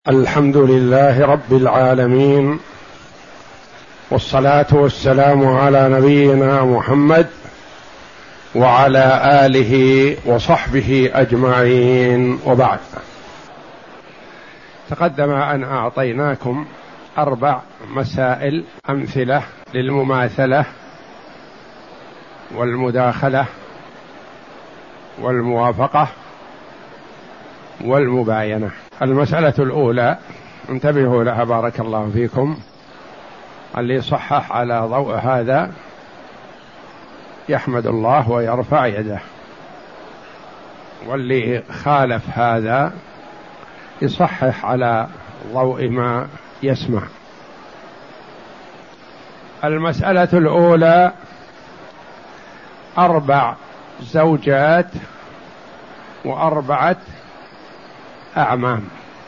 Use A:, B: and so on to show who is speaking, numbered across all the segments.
A: الحمد لله رب العالمين، والصلاة والسلام على نبينا محمد وعلى آله وصحبه أجمعين، وبعد. تقدم أن أعطيناكم 4 مسائل أمثلة للمماثلة والمداخلة والموافقة والمباينة. المسألة الأولى انتبهوا لها بارك الله فيكم، اللي صحح على ضوء هذا يحمد الله ويرفع يده، واللي خالف هذا يصحح على ضوء ما يسمع. المسألة الأولى 4 زوجات و4 أعمام.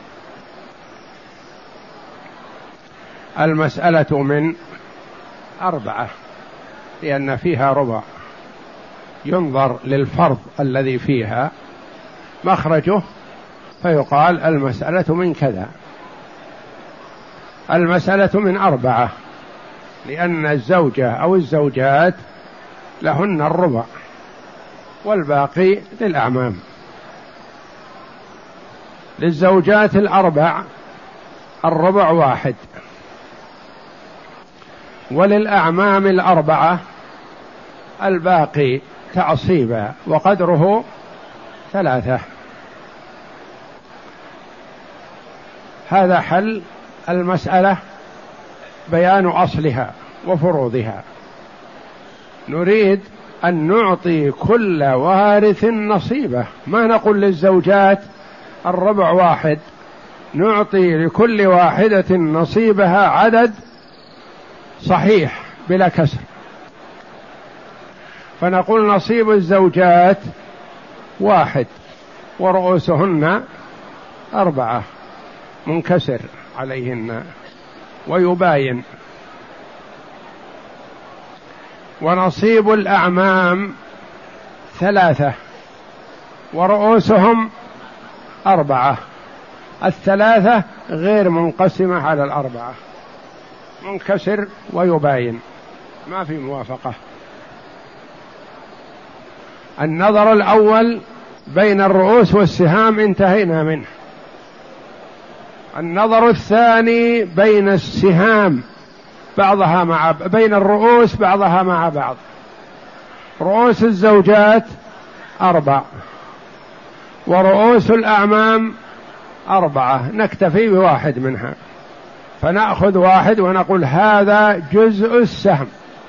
A: المسألة من 4 لأن فيها ربع، ينظر للفرض الذي فيها مخرجه فيقال المسألة من كذا. المسألة من 4 لأن الزوجة أو الزوجات لهن الربع والباقي للأعمام. للزوجات 4 الربع 1، وللأعمام 4 الباقي تعصيبا وقدره 3. هذا حل المسألة، بيان أصلها وفروضها. نريد أن نعطي كل وارث نصيبه، ما نقول للزوجات الربع 1، نعطي لكل واحدة نصيبها عدد صحيح بلا كسر، فنقول نصيب الزوجات 1 ورؤوسهن 4 منكسر عليهن ويباين. ونصيب الأعمام 3 ورؤوسهم 4، 3 غير منقسمة على 4، منكسر ويباين، ما في موافقة. النظر الأول بين الرؤوس والسهام انتهينا منه. النظر الثاني بين السهام بعضها مع بين الرؤوس بعضها مع بعض. رؤوس الزوجات 4 ورؤوس الأعمام 4، نكتفي ب1 منها، فنأخذ 1 ونقول هذا جزء السهم،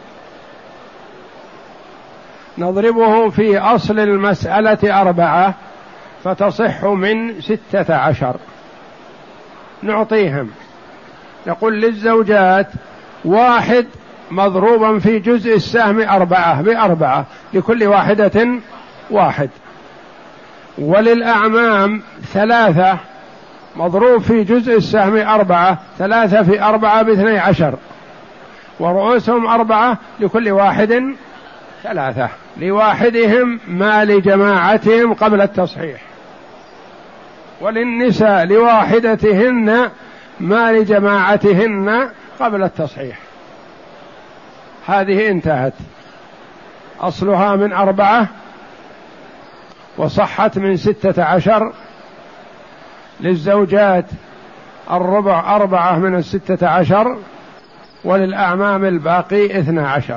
A: نضربه في أصل المسألة 4 فتصح من 16. نعطيهم، نقول للزوجات 1 مضروبا في جزء السهم 4 ب4 لكل واحدة 1، وللأعمام 3 مضروب في جزء السهم 4، 3 في 4 ب12، ورؤوسهم 4 لكل واحد 3، لواحدهم ما لجماعتهم قبل التصحيح، وللنساء لواحدتهن ما لجماعتهن قبل التصحيح. هذه انتهت، أصلها من 4 وصحت من 16. للزوجات الربع 4 من 16، وللأعمام الباقي 12.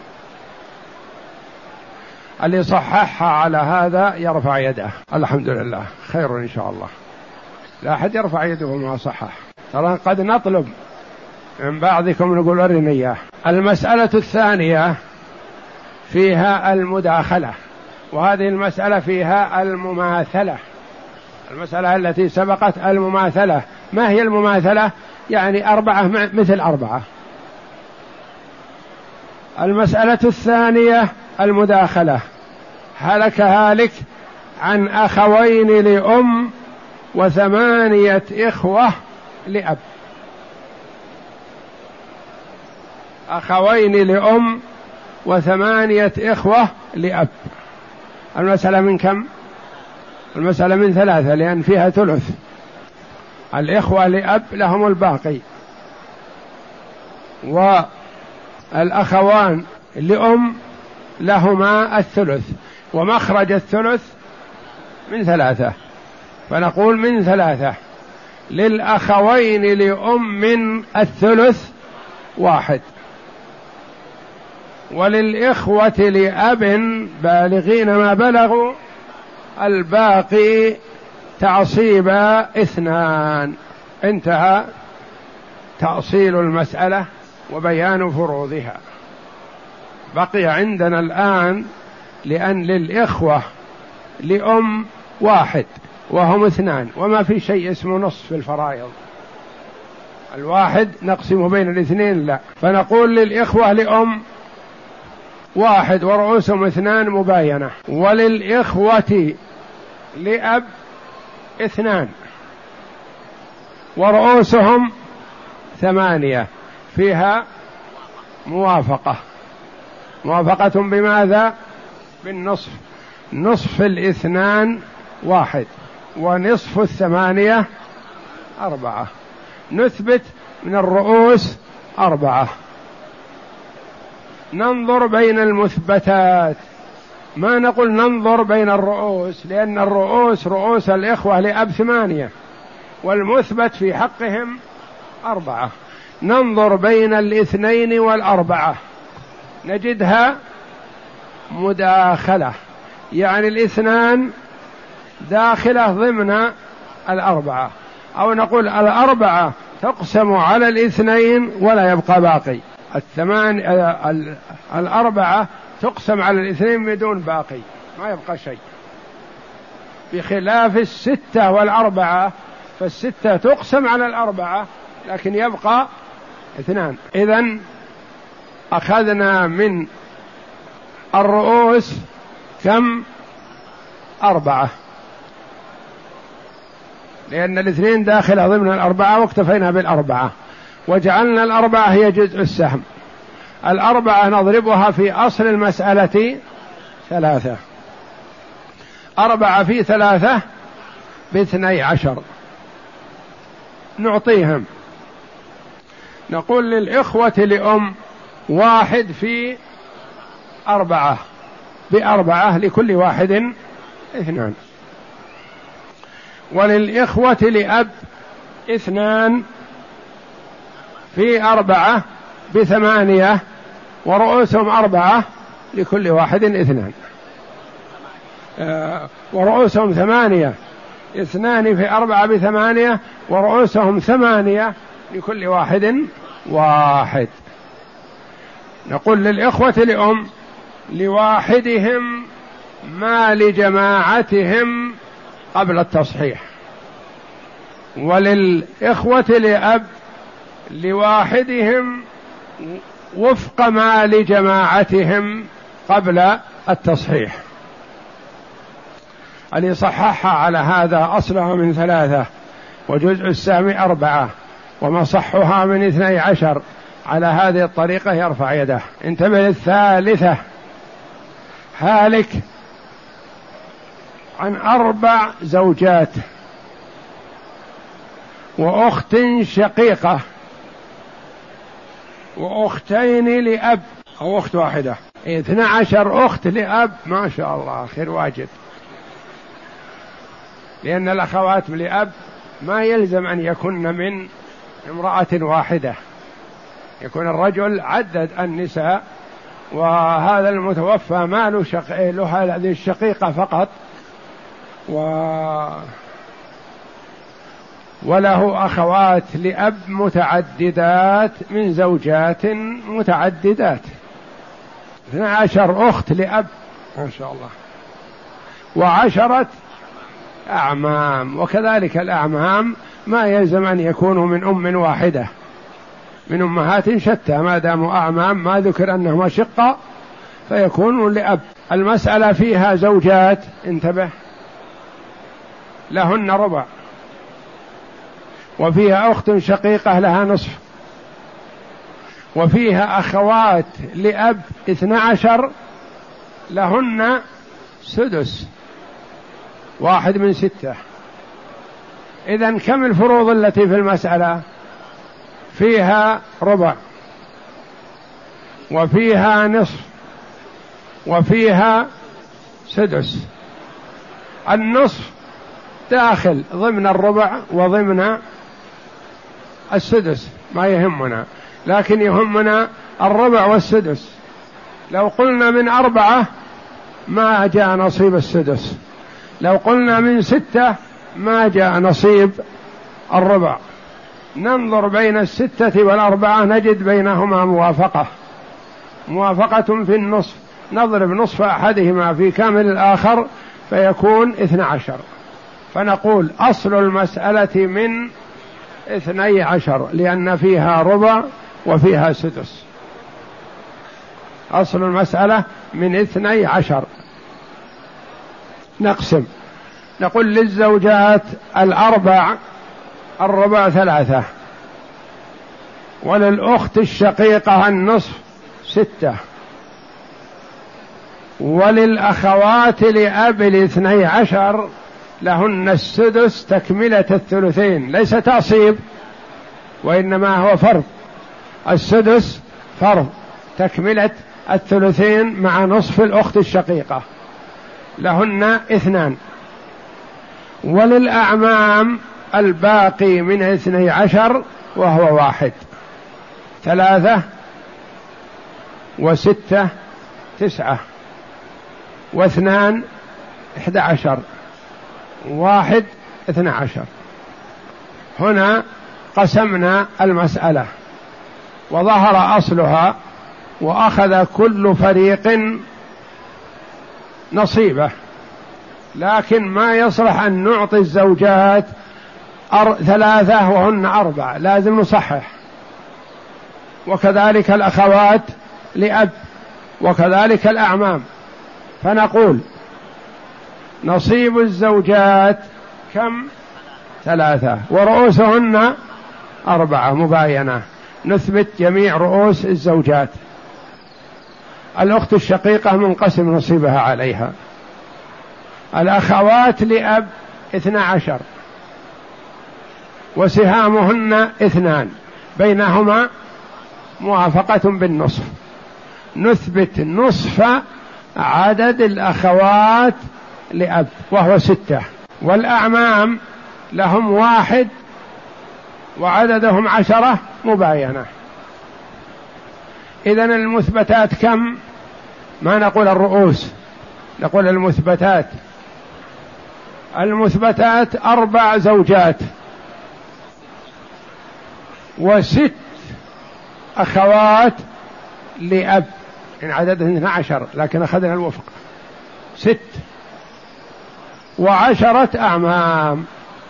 A: اللي صححها على هذا يرفع يده. الحمد لله، خير إن شاء الله. لا أحد يرفع يده ما صحح، ترى قد نطلب من بعضكم نقول أرني إياه. المسألة الثانية فيها المداخلة، وهذه المسألة فيها المماثلة. المسألة التي سبقت المماثلة. ما هي المماثلة؟ يعني 4 مثل 4. المسألة الثانية المداخلة. هلك هالك عن أخوين لأم و8 إخوة لأب. أخوين لأم و8 إخوة لأب. المسألة من كم؟ المسألة من 3 لأن فيها ثلث. الإخوة لأب لهم الباقي، والأخوان لأم لهما الثلث، ومخرج الثلث من 3، فنقول من 3. للأخوين لأم الثلث 1، وللإخوة لأب بالغين ما بلغوا الباقي تعصيبا 2. انتهى تأصيل المسألة وبيان فروضها. بقي عندنا الآن لأن للإخوة لأم 1 وهم 2، وما في شيء اسمه نصف في الفرائض، 1 نقسم بين 2 لا، فنقول للإخوة لأم 1 ورؤوسهم 2 مباينة، وللإخوة لأب 2 ورؤوسهم 8 فيها موافقة بماذا؟ بالنصف. نصف 2 1 ونصف 8 4. نثبت من الرؤوس 4. ننظر بين المثبتات، ما نقول ننظر بين الرؤوس، لأن الرؤوس رؤوس الإخوة لأب 8 والمثبت في حقهم 4. ننظر بين 2 و4 نجدها مداخلة، يعني 2 داخلة ضمن 4، أو نقول 4 تقسم على 2 ولا يبقى باقي، 4 تقسم على 2 بدون باقي، ما يبقى شيء، بخلاف 6 و4، ف6 تقسم على 4 لكن يبقى 2. إذن أخذنا من الرؤوس كم؟ 4، لأن 2 داخلة ضمن 4 واكتفينا بال4، وجعلنا 4 هي جزء السهم. 4 نضربها في أصل المسألة 3، 4 في 3 ب12، نعطيهم. نقول للإخوة لأم 1 في 4 ب4 لكل واحد 2، وللإخوة لأب 2 في 4 ب8 ورؤوسهم 4 لكل واحد 2، ورؤوسهم 8، 2 في 4 ب8 ورؤوسهم 8 لكل واحد 1. نقول للإخوة لأم لواحدهم ما لجماعتهم قبل التصحيح، وللإخوة لأب لواحدهم وفق ما لجماعتهم قبل التصحيح. اللي صححها على هذا أصلها من 3 وجزء السهم 4 ومصحها من 12 على هذه الطريقة يرفع يده. انتبه الثالثة، هالك عن 4 زوجات وأخت شقيقة وأختين لأب، أو أخت واحدة، 12 أخت لأب، ما شاء الله خير واجد، لأن الأخوات لأب ما يلزم أن يكن من امرأة واحدة، يكون الرجل عدد النساء، وهذا المتوفى ما له هذه الشقيقة فقط، وله أخوات لأب متعددات من زوجات متعددات، 12 أخت لأب ما شاء الله، و10 أعمام، وكذلك الأعمام ما يلزم أن يكونوا من أم واحدة، من أمهات شتى، ما داموا أعمام ما ذكر أنهما شقة فيكونوا لأب. المسألة فيها زوجات، انتبه، لهن ربع، وفيها أخت شقيقة لها نصف، وفيها أخوات لأب 12 لهن سدس، 1 من 6، إذن كم الفروض التي في المسألة؟ فيها ربع، وفيها نصف، وفيها سدس. النصف داخل ضمن الربع وضمن السدس، ما يهمنا، لكن يهمنا الربع والسدس. لو قلنا من 4 ما جاء نصيب السدس، لو قلنا من 6 ما جاء نصيب الربع. ننظر بين 6 و4 نجد بينهما موافقة في النصف، نضرب نصف أحدهما في كامل الآخر فيكون 12. فنقول أصل المسألة من 12 لأن فيها ربع وفيها سدس. أصل المسألة من 12. نقسم، نقول للزوجات 4 الربع 3، وللأخت الشقيقة النصف 6، وللأخوات لأب 12 لهن السدس تكملة الثلثين، ليس تعصيب وإنما هو فرض. السدس فرض تكملة الثلثين مع نصف الأخت الشقيقة، لهن 2. وللأعمام الباقي من 12 وهو 1، 3 و6 9 و2 11 1 12. هنا قسمنا المسألة وظهر أصلها، وأخذ كل فريق نصيبه، لكن ما يصلح أن نعطي الزوجات 3 وهن 4، لازم نصحح. وكذلك الأخوات لأب، وكذلك الأعمام. فنقول نصيب الزوجات كم؟ 3، ورؤوسهن 4 مباينة، نثبت جميع رؤوس الزوجات. الأخت الشقيقة منقسم نصيبها عليها. الأخوات لأب 12 وسهامهن 2، بينهما موافقة بالنصف، نثبت نصف عدد الأخوات لأب وهو 6. والأعمام لهم 1 وعددهم 10 مباينة. إذن المثبتات كم؟ ما نقول الرؤوس، نقول المثبتات. المثبتات 4 زوجات و6 أخوات لأب، إن عددهن 12 لكن أخذنا الوفق، 6 و10 أعمام.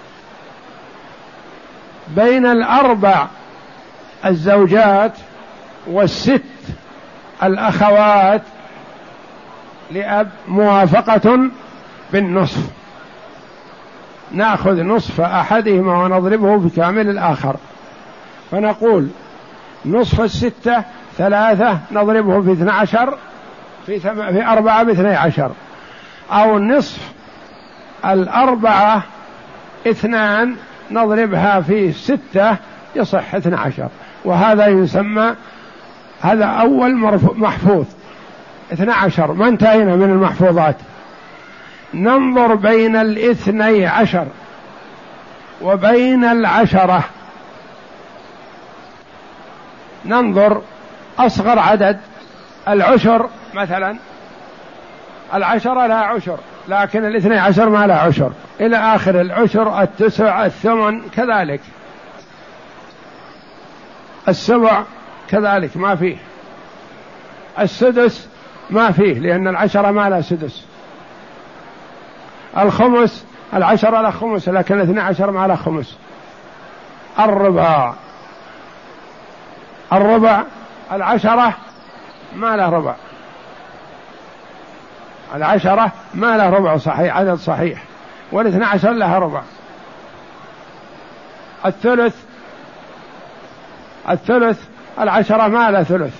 A: بين 4 الزوجات و6 الأخوات لأب موافقة بالنصف، نأخذ نصف أحدهما ونضربه بكامل الآخر، فنقول نصف 6 3 نضربه في 12 في 4 ب12، أو نصف 4 2 نضربها في 6 يصح 12. وهذا يسمى، هذا أول محفوظ 12، ما انتهينا من المحفوظات. ننظر بين 12 وبين 10، ننظر أصغر عدد العشر مثلا، 10 لها عشر لكن 12 ما لها عشر، إلى آخر العشر، 9 8 كذلك، 7 كذلك ما فيه، السدس ما فيه لأن 10 ما لها سدس، الخمس 10 لها خمس لكن 12 ما لها خمس، الربع 10 ما له ربع، 10 ما له ربع صحيح، عدد صحيح، 12 لها ربع. الثلث 10 ما له ثلث،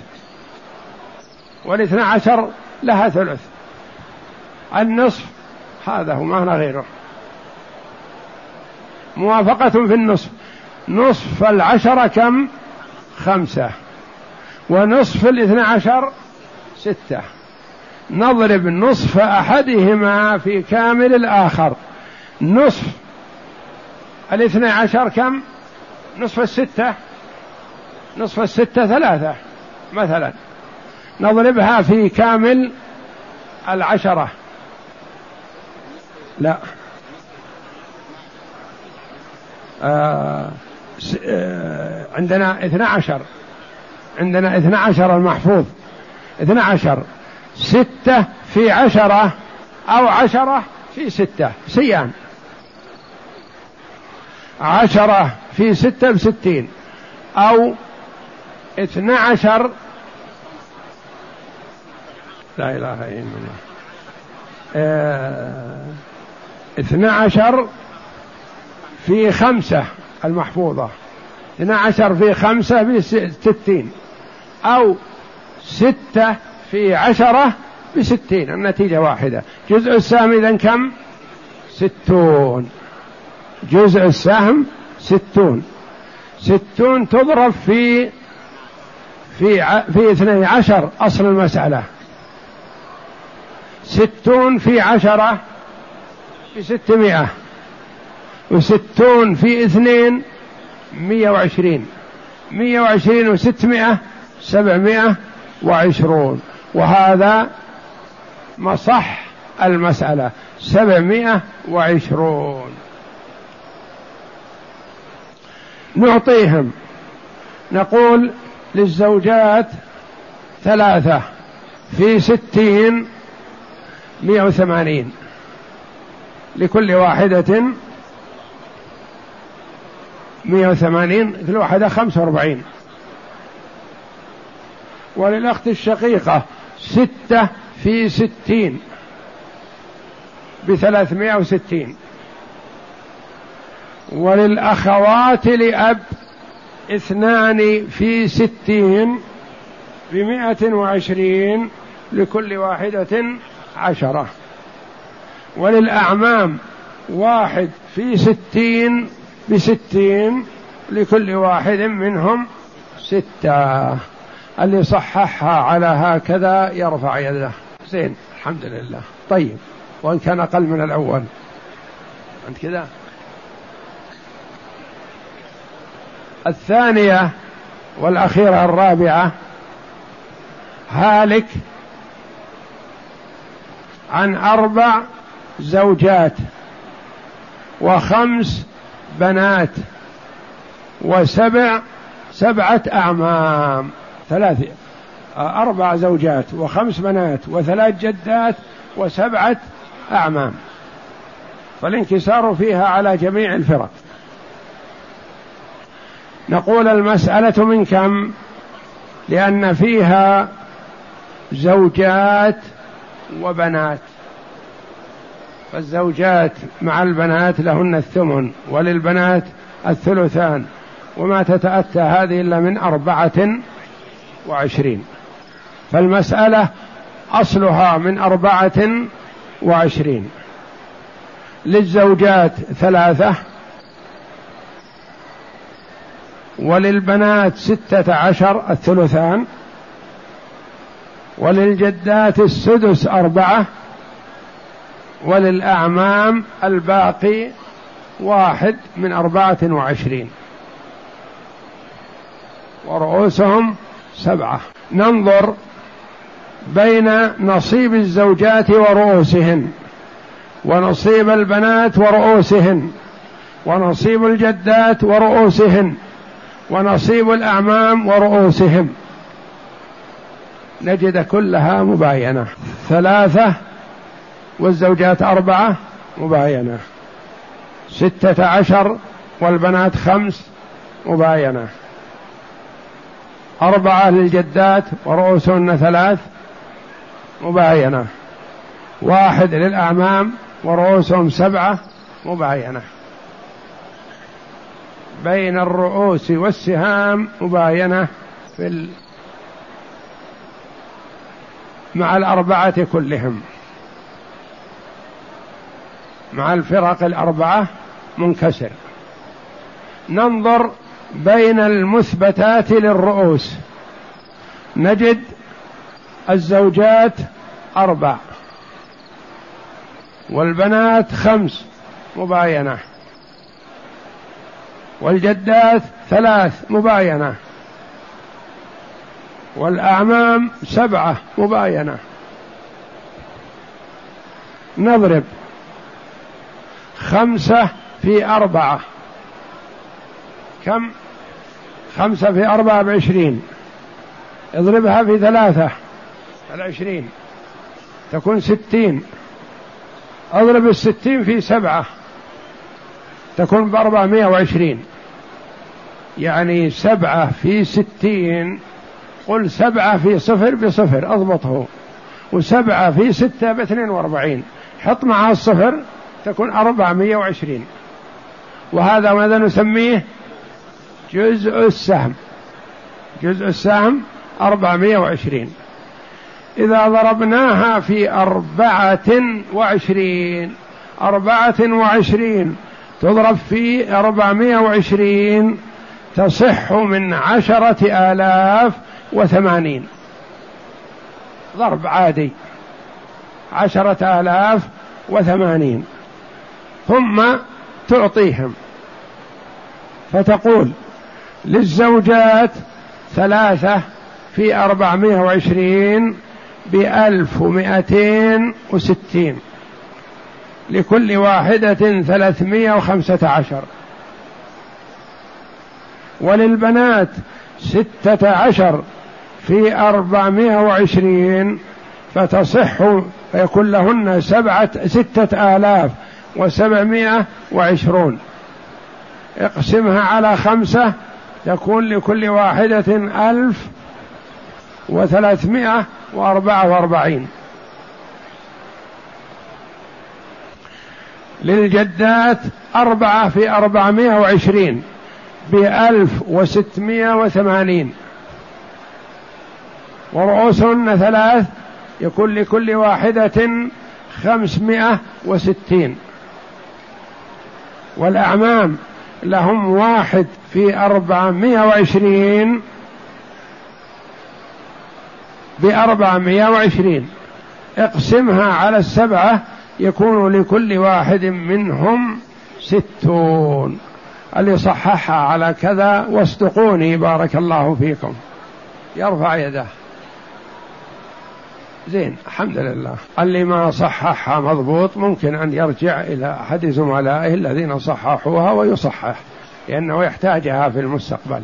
A: 12 لها ثلث. النصف هذا هو ما هنا غيره. موافقة في النصف. نصف 10 كم؟ 5، ونصف 12 6. نضرب نصف أحدهما في كامل الآخر. نصف 12 كم؟ نصف 6، نصف 6 3 مثلا، نضربها في كامل 10. لا، عندنا 12، عندنا 12 المحفوظ. 12 6 في 10 أو 10 في 6 سيان. 10 في 6 ب60، أو 12. لا إله إلا الله. 12 في 5 المحفوظة، 12 في 5 ب60، أو 6 في 10 ب60. النتيجة واحدة. جزء السهم إذن كم؟ 60. جزء السهم 60. 60 تضرب في 12 أصل المسألة. 60 في 10 ب600، و60 في 2 120. 120 و600 720. وهذا مصح المسألة 720. نعطيهم، نقول للزوجات 3 في 60 180، لكل واحدة 180، كل واحدة 45. وللأخت الشقيقة 6 في 60 ب360. وللأخوات لأب 2 في 60 ب120، لكل واحدة 10. وللأعمام 1 في 60 ب60، لكل واحد منهم 6. اللي صححها على هكذا يرفع يده. زين، الحمد لله. طيب، وإن كان أقل من الأول عند كذا. الثانية والأخيرة الرابعة: هالك عن 4 زوجات و5 بنات و7 أعمام. 4 زوجات و5 بنات و3 جدات و7 أعمام، فالانكسار فيها على جميع الفرق. نقول المسألة من كم؟ لأن فيها زوجات وبنات، فالزوجات مع البنات لهن 8، وللبنات 3، وما تتأتى هذه إلا من 24. فالمسألة أصلها من 24. للزوجات 3، وللبنات 16 الثلثان، وللجدات 6 4، وللأعمام الباقي 1 من 24، ورؤوسهم 7. ننظر بين نصيب الزوجات ورؤوسهن، ونصيب البنات ورؤوسهن، ونصيب الجدات ورؤوسهن، ونصيب الأعمام ورؤوسهم، نجد كلها مباينة. 3 والزوجات 4 مباينة، 16 والبنات 5 مباينة، 4 للجدات ورؤوسهن 3 مباينة، 1 للأعمام ورؤوسهم 7 مباينة. بين الرؤوس والسهام مباينة مع الأربعة كلهم، مع الفرق الأربعة منكسر. ننظر بين المثبتات للرؤوس نجد الزوجات 4 والبنات 5 مباينة، والجدات 3 مباينة، والأعمام 7 مباينة. نضرب 5 في 4 كم؟ 5 في 4 ب20، اضربها في 3 20 تكون 60، اضرب 60 في 7 تكون ب420، يعني 7 في 60، قل 7 في 0 ب0 اضبطه، و7 في 6 ب42، حط معها الصفر تكون 420. وهذا ماذا نسميه؟ جزء السهم. جزء السهم 420. إذا ضربناها في 24 تضرب في 420 تصح من 10,080. ضرب عادي 10,080. ثم تعطيهم فتقول للزوجات 3 في 420 ب1260، لكل واحدة 315. وللبنات 16 في 420 فتصح، فيكون لهن 6,720. اقسمها على 5 تكون لكل واحدة 1344. للجدات 4 في 420 ب1680، ورؤوسهن 3 يكون لكل واحدة 560. والأعمام لهم 1 في 420 ب420، اقسمها على 7 يكون لكل واحد منهم 60. اللي صححها على كذا واصدقوني بارك الله فيكم يرفع يده. زين الحمد لله. اللي ما صححها مضبوط ممكن أن يرجع إلى أحد زملائه الذين صححوها ويصحح، لأنه يحتاجها في المستقبل.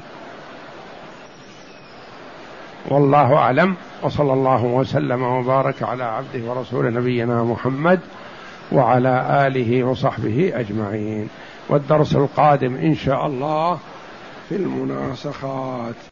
A: والله أعلم، وصلى الله وسلم وبارك على عبده ورسول نبينا محمد وعلى آله وصحبه أجمعين. والدرس القادم إن شاء الله في المناسخات.